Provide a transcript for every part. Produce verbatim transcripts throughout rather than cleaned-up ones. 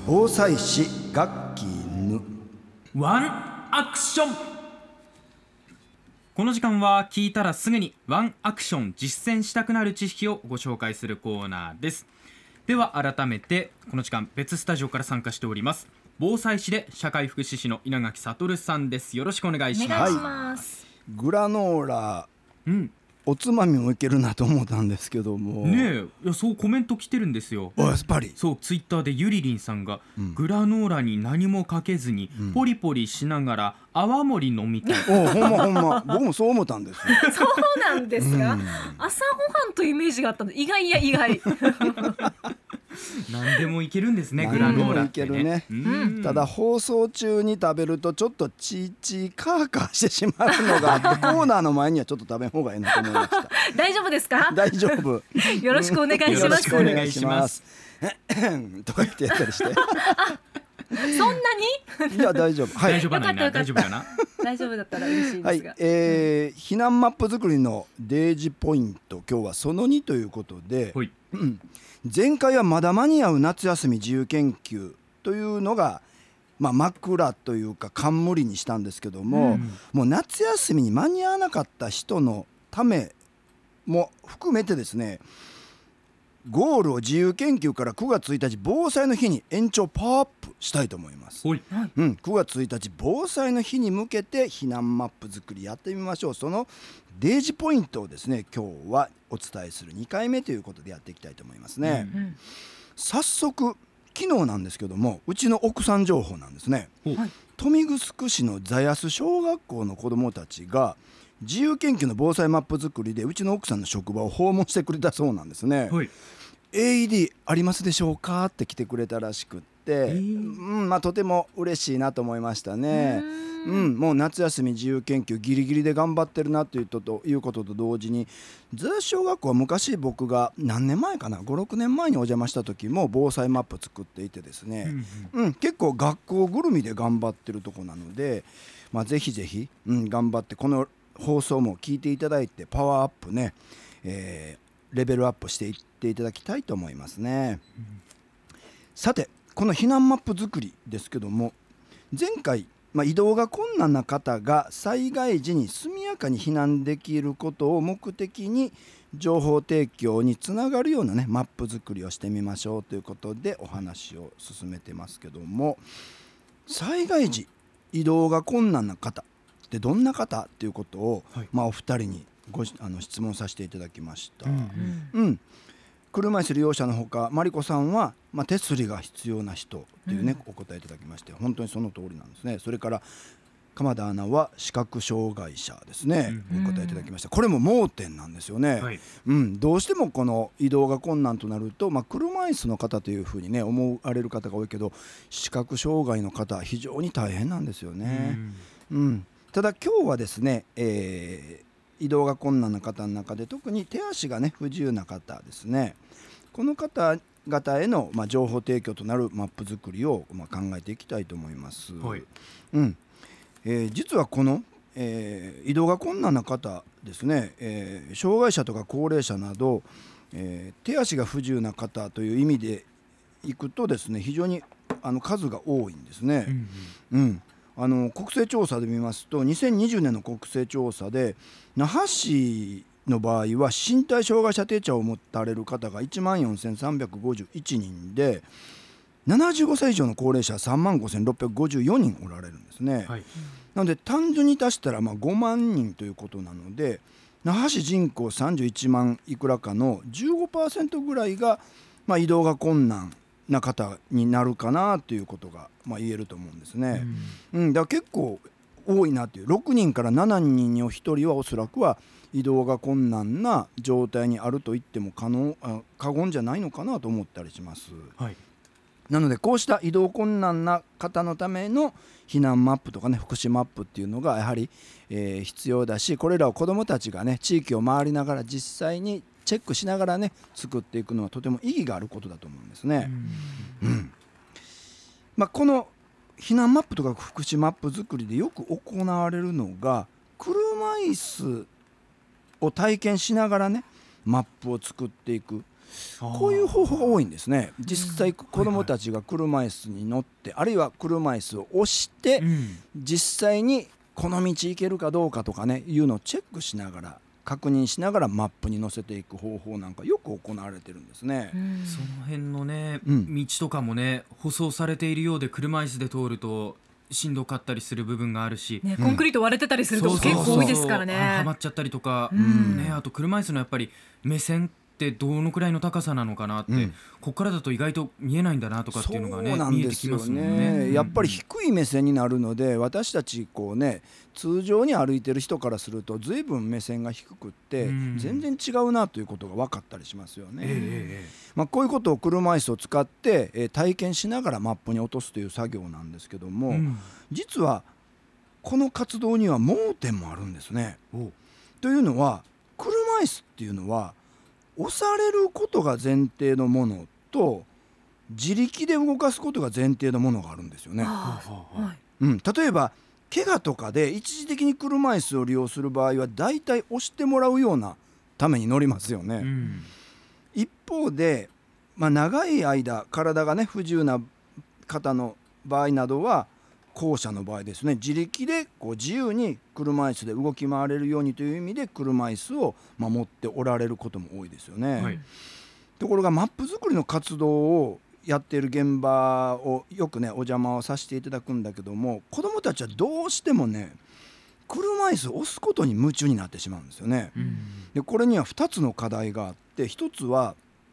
防災士ガッキーヌワンアクション。この時間は聞いたらすぐにワンアクション実践したくなる知識をご紹介するコーナーです。では改めてこの時間別スタジオから参加しております防災士で社会福祉士の稲垣悟さんです。よろしくお願いします。 お願いします、 はい、グラノーラ、 うん、 おつまみもいけるなと思ったんですけどもねえ、いやそうコメント来てるんですよ。 やっぱりそうツイッターでゆりりんさんが、 うん、 グラノーラに何もかけずに、うん、ポリポリしながら泡盛飲みたい。 おほんまほんま僕もそう思ったんですよそうなんですか、うん、朝ごはんというイメージがあったの意外や意外何でもいけるんですねグラノーラってね。 何でもいけるね、うん、ただ放送中に食べるとちょっとチーチーカーカーしてしまうのがあってコーナーの前にはちょっと食べん方がいいなと思いました大丈夫ですか？ 大丈夫よろしくお願いします。 よろしくお願いしますとか言ってやったりしてそんなにいや大丈夫、はい、 大丈夫ないな大丈夫かな大丈夫だったら嬉しいですが、 はいえー、避難マップ作りのデージポイント、今日はそのにということで、はい、うん、前回はまだ間に合う夏休み自由研究というのが、まあ、枕というか冠にしたんですけども、うん、もう夏休みに間に合わなかった人のためも含めてですね、ゴールを自由研究からくがつついたち防災の日に延長パワーアップしたいと思います、はい、うん、くがつついたち防災の日に向けて避難マップ作りやってみましょう。そのデージポイントをですね今日はお伝えするにかいめということでやっていきたいと思いますね、うんうん、早速昨日なんですけどもうちの奥さん情報なんですね、はい、豊見城市の座安小学校の子どもたちが自由研究の防災マップ作りでうちの奥さんの職場を訪問してくれたそうなんですね、はい、エーイーディー ありますでしょうかって来てくれたらしくって、えーうんまあ、とても嬉しいなと思いましたね。うん、もう夏休み自由研究ギリギリで頑張ってるなというとということと同時に、座安小学校は昔僕が何年前かなごろくねんまえにお邪魔した時も防災マップ作っていてですね、うん、うん、結構学校ぐるみで頑張ってるとこなので、まあ、ぜひぜひ、うん、頑張ってこの放送も聞いていただいてパワーアップね、えー、レベルアップしていっていただきたいと思いますね、うん、さてこの避難マップ作りですけども、前回、まあ、移動が困難な方が災害時に速やかに避難できることを目的に情報提供につながるようなねマップ作りをしてみましょうということでお話を進めてますけども、災害時移動が困難な方でどんな方っていうことを、はい、まあ、お二人にごあの質問させていただきました、うんうんうん、車椅子利用者のほかマリコさんは、まあ、手すりが必要な人っていうね、うん、お答えいただきまして本当にその通りなんですね。それから鎌田アナは視覚障害者ですね、うん、お答えいただきました。これも盲点なんですよね、はい、うん、どうしてもこの移動が困難となると、まあ、車椅子の方というふうにね思われる方が多いけど視覚障害の方は非常に大変なんですよね、うんうん、ただ今日はですね、えー、移動が困難な方の中で特に手足がね不自由な方ですね、この方々への、まあ、情報提供となるマップ作りを、まあ、考えていきたいと思います、はい、うんえー、実はこの、えー、移動が困難な方ですね、えー、障害者とか高齢者など、えー、手足が不自由な方という意味でいくとですね非常にあの数が多いんですね、うんうん、あの国勢調査で見ますとにせんにじゅうねんの国勢調査で那覇市の場合は身体障害者手帳を持たれる方がいちまんよんせんさんびゃくごじゅういちにんでななじゅうごさい以上の高齢者はさんまんごせんろっぴゃくごじゅうよにんおられるんですね、はい、なので単純に足したらまあごまんにんということなので那覇市人口さんじゅういちまんいくらかの じゅうごパーセント ぐらいが、まあ、移動が困難な方になるかなということがまあ言えると思うんですね、うんうん、だから結構多いなというろくにんからななにんにお一人はおそらくは移動が困難な状態にあると言っても可能あ過言じゃないのかなと思ったりします、はい、なのでこうした移動困難な方のための避難マップとかね福祉マップっていうのがやはり、えー、必要だし、これらを子どもたちがね地域を回りながら実際にチェックしながらね作っていくのはとても意義があることだと思うんですね、うんうんまあ、この避難マップとか福祉マップ作りでよく行われるのが車椅子を体験しながらねマップを作っていく。 こういう方法が多いんですね。実際子どもたちが車椅子に乗って、あるいは車椅子を押して実際にこの道行けるかどうかとかねいうのをチェックしながら確認しながらマップに載せていく方法なんかよく行われてるんですね。 その辺のね、 うん、 道とかもね舗装されているようで車椅子で通るとしんどかったりする部分があるし、 ね、コンクリート割れてたりするとこ結構多いですからね。 はまっちゃったりとか、 うんね、あと車椅子のやっぱり目線ってどのくらいの高さなのかなって、うん、ここからだと意外と見えないんだなとかっていうのがね、見えてきますもんね。 やっぱり低い目線になるので、私たちこうね通常に歩いてる人からすると随分目線が低くって全然違うなということが分かったりしますよね。えーまあ、こういうことを車椅子を使って、えー、体験しながらマップに落とすという作業なんですけども、うん、実はこの活動には盲点もあるんですね。というのは車椅子っていうのは押されることが前提のものと自力で動かすことが前提のものがあるんですよね。うん、例えば怪我とかで一時的に車椅子を利用する場合はだいたい押してもらうようなために乗りますよね。うん、一方で、まあ、長い間体がね不自由な方の場合などは後者の場合ですね、自力でこう自由に車椅子で動き回れるようにという意味で車椅子を持っておられることも多いですよね。はい、ところがマップ作りの活動をやっている現場をよくねお邪魔をさせていただくんだけども、子どもたちはどうしてもね車椅子を押すことに夢中になってしまうんですよね。うん、でこれにはふたつの課題があって、ひとつは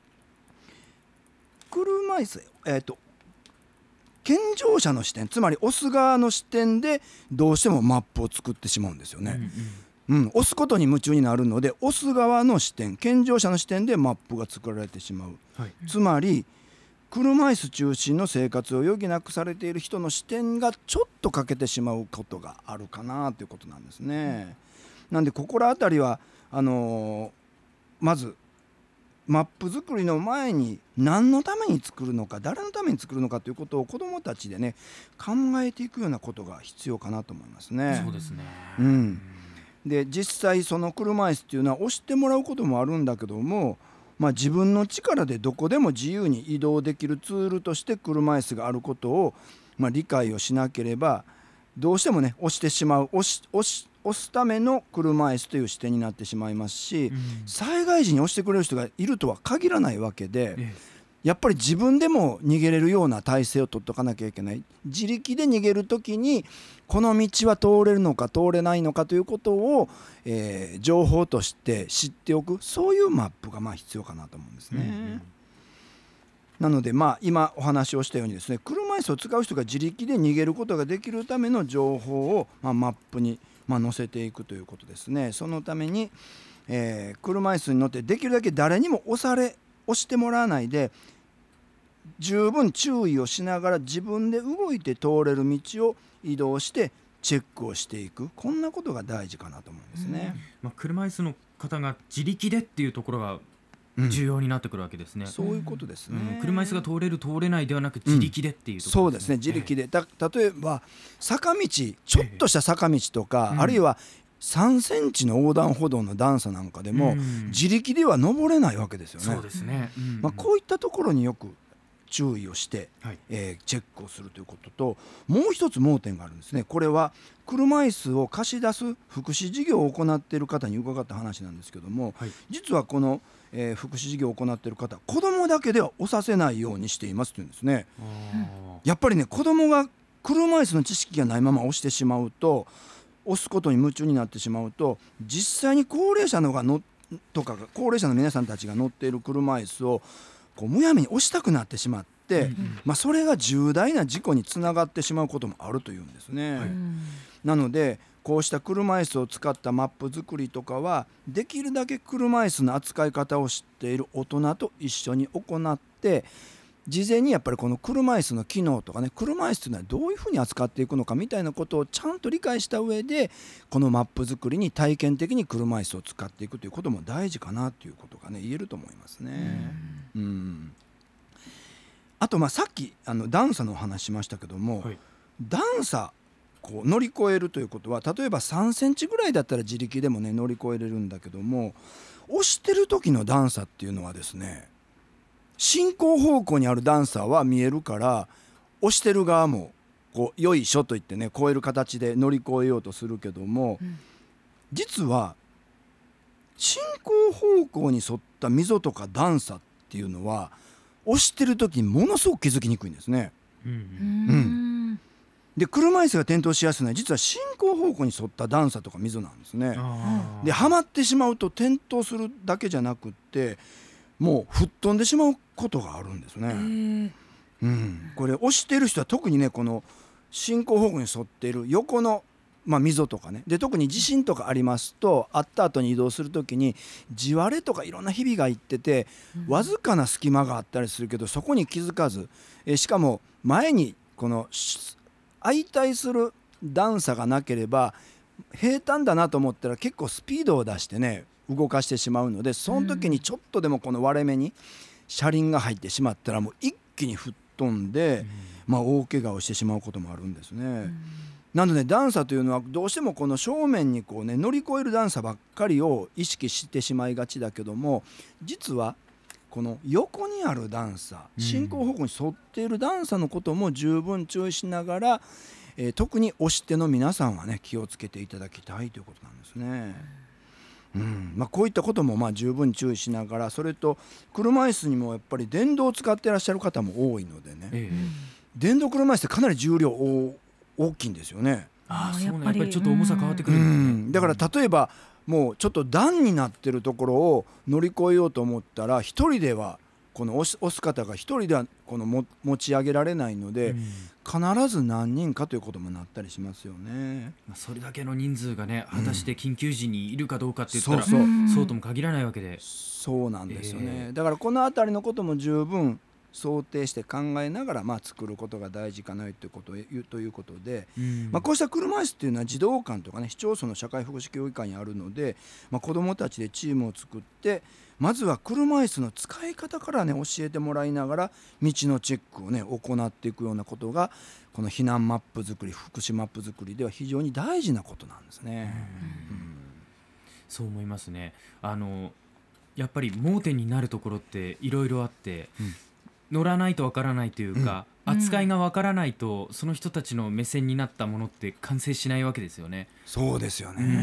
車椅子、えーと健常者の視点、つまり押す側の視点でどうしてもマップを作ってしまうんですよね。うんうんうん、押すことに夢中になるので押す側の視点、健常者の視点でマップが作られてしまう。はい、つまり車椅子中心の生活を余儀なくされている人の視点がちょっと欠けてしまうことがあるかなということなんですね。うん、なんでここらあたりはあのー、まずマップ作りの前に何のために作るのか、誰のために作るのかということを子どもたちでね考えていくようなことが必要かなと思いますね。 そうですね。 うん、で実際その車椅子っていうのは押してもらうこともあるんだけども、まあ、自分の力でどこでも自由に移動できるツールとして車椅子があることを、まあ、理解をしなければどうしてもね押してしまう、押し押し押すための車椅子という視点になってしまいますし、うん、災害時に押してくれる人がいるとは限らないわけで、ええ、やっぱり自分でも逃げれるような体勢を取っておかなきゃいけない。自力で逃げるときにこの道は通れるのか通れないのかということを、えー、情報として知っておく、そういうマップがまあ必要かなと思うんですね。うんうん、なのでまあ今お話をしたようにですね、車椅子を使う人が自力で逃げることができるための情報を、まあ、マップにまあ、載せていくということですね。そのために、えー、車椅子に乗ってできるだけ誰にも押され押してもらわないで十分注意をしながら自分で動いて通れる道を移動してチェックをしていく、こんなことが大事かなと思うんですね。 うんまあ、車椅子の方が自力でっていうところが重要になってくるわけですね。 うん、そういうことですね。 うん、車椅子が通れる通れないではなく自力でっていうところですね。 うん、そうですね、自力で。だ例えば坂道、ちょっとした坂道とか、えー、あるいはさんセンチの横断歩道の段差なんかでも、うん、自力では登れないわけですよね。 そうですね。うん、 まあ、こういったところによく注意をして、はいえー、チェックをするということと、もう一つ盲点があるんですね。これは車椅子を貸し出す福祉事業を行っている方に伺った話なんですけども、はい、実はこの、えー、福祉事業を行っている方、子どもだけでは押させないようにしていますというんですね。やっぱりね、子どもが車椅子の知識がないまま押してしまうと、押すことに夢中になってしまうと、実際に高齢者のがのとか高齢者の皆さんたちが乗っている車椅子をこうむやみに押したくなってしまって、うんうんまあ、それが重大な事故につながってしまうこともあるというんですね。はい、なのでこうした車椅子を使ったマップ作りとかはできるだけ車椅子の扱い方を知っている大人と一緒に行って、事前にやっぱりこの車椅子の機能とかね、車椅子というのはどういうふうに扱っていくのかみたいなことをちゃんと理解した上で、このマップ作りに体験的に車椅子を使っていくということも大事かなということがね言えると思いますね。うんうんあとまあさっきあの段差のお話しましたけども、はい、段差こう乗り越えるということは、例えばさんセンチぐらいだったら自力でもね乗り越えれるんだけども、押してる時の段差っていうのはですね、 進行方向にある段差は見えるから、押してる側もこうよいしょと言ってね、越える形で乗り越えようとするけども、うん、実は進行方向に沿った溝とか段差っていうのは押してる時にものすごく気づきにくいんですね。うんうん、で車椅子が転倒しやすいのは実は進行方向に沿った段差とか溝なんですね。ではまってしまうと転倒するだけじゃなくってもう吹っ飛んでしまうことがあるんですね。うん、これ押してる人は特にね、この進行方向に沿っている横のまあ、溝とかね、で特に地震とかありますと、あった後に移動するときに地割れとかいろんなひびがいってて、わずかな隙間があったりするけどそこに気づかず、えしかも前にこの相対する段差がなければ平坦だなと思ったら結構スピードを出してね動かしてしまうので、その時にちょっとでもこの割れ目に車輪が入ってしまったらもう一気に吹っ飛んで、まあ、大怪我をしてしまうこともあるんですね。なので段差というのはどうしてもこの正面にこう、ね、乗り越える段差ばっかりを意識してしまいがちだけども、実はこの横にある段差、進行方向に沿っている段差のことも十分注意しながら、えー、特に押し手の皆さんはね気をつけていただきたいということなんですね。うんまあ、こういったこともまあ十分注意しながら、それと車椅子にもやっぱり電動を使っていらっしゃる方も多いのでね、ええ、電動車椅子ってかなり重量大大きいんですよね。 ああ、そうね、やっぱりちょっと重さ変わってくるんですね。 うんだから例えばもうちょっと段になってるところを乗り越えようと思ったら、一人ではこの押す、押す方が一人ではこのも持ち上げられないので、うん、必ず何人かということもなったりしますよね。 それだけの人数がね、果たして緊急時にいるかどうかって言ったら、うん、そうそう、そうとも限らないわけで。 そうなんですよね、えー、だからこのあたりのことも十分想定して考えながら、まあ、作ることが大事かなということを言うということで、うんまあ、こうした車椅子っていうのは児童館とかね、市町村の社会福祉協議会にあるので、まあ、子どもたちでチームを作って、まずは車椅子の使い方からね教えてもらいながら道のチェックをね行っていくようなことが、この避難マップ作り、福祉マップ作りでは非常に大事なことなんですね。うんうん、 そう思いますね。あのやっぱり盲点になるところっていろいろあって、うん乗らないとわからないというか、うん、扱いがわからないとその人たちの目線になったものって完成しないわけですよね。 そうですよね、 うんうん、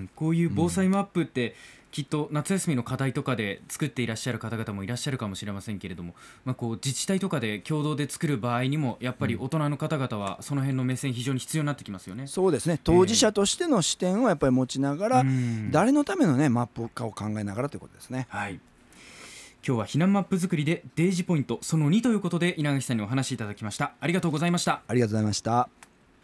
こういう防災マップってきっと夏休みの課題とかで作っていらっしゃる方々もいらっしゃるかもしれませんけれども、まあ、こう自治体とかで共同で作る場合にもやっぱり大人の方々はその辺の目線非常に必要になってきますよね。 そうですね、当事者としての視点をやっぱり持ちながら、えー、誰のための、ね、マップかを考えながらということですね。 はい、今日は避難マップ作りでデイジポイントそのにということで稲垣さんにお話しいただきました。ありがとうございました。 ありがとうございました。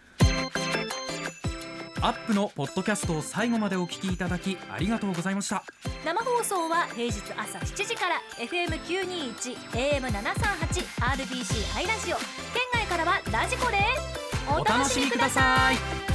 アップのポッドキャストを最後までお聞きいただきありがとうございました。 生放送は平日朝しちじから エフエムきゅうにいち エーエムななさんはち アールビーシー ハイラジオ、県外からはラジコです。 お楽しみください。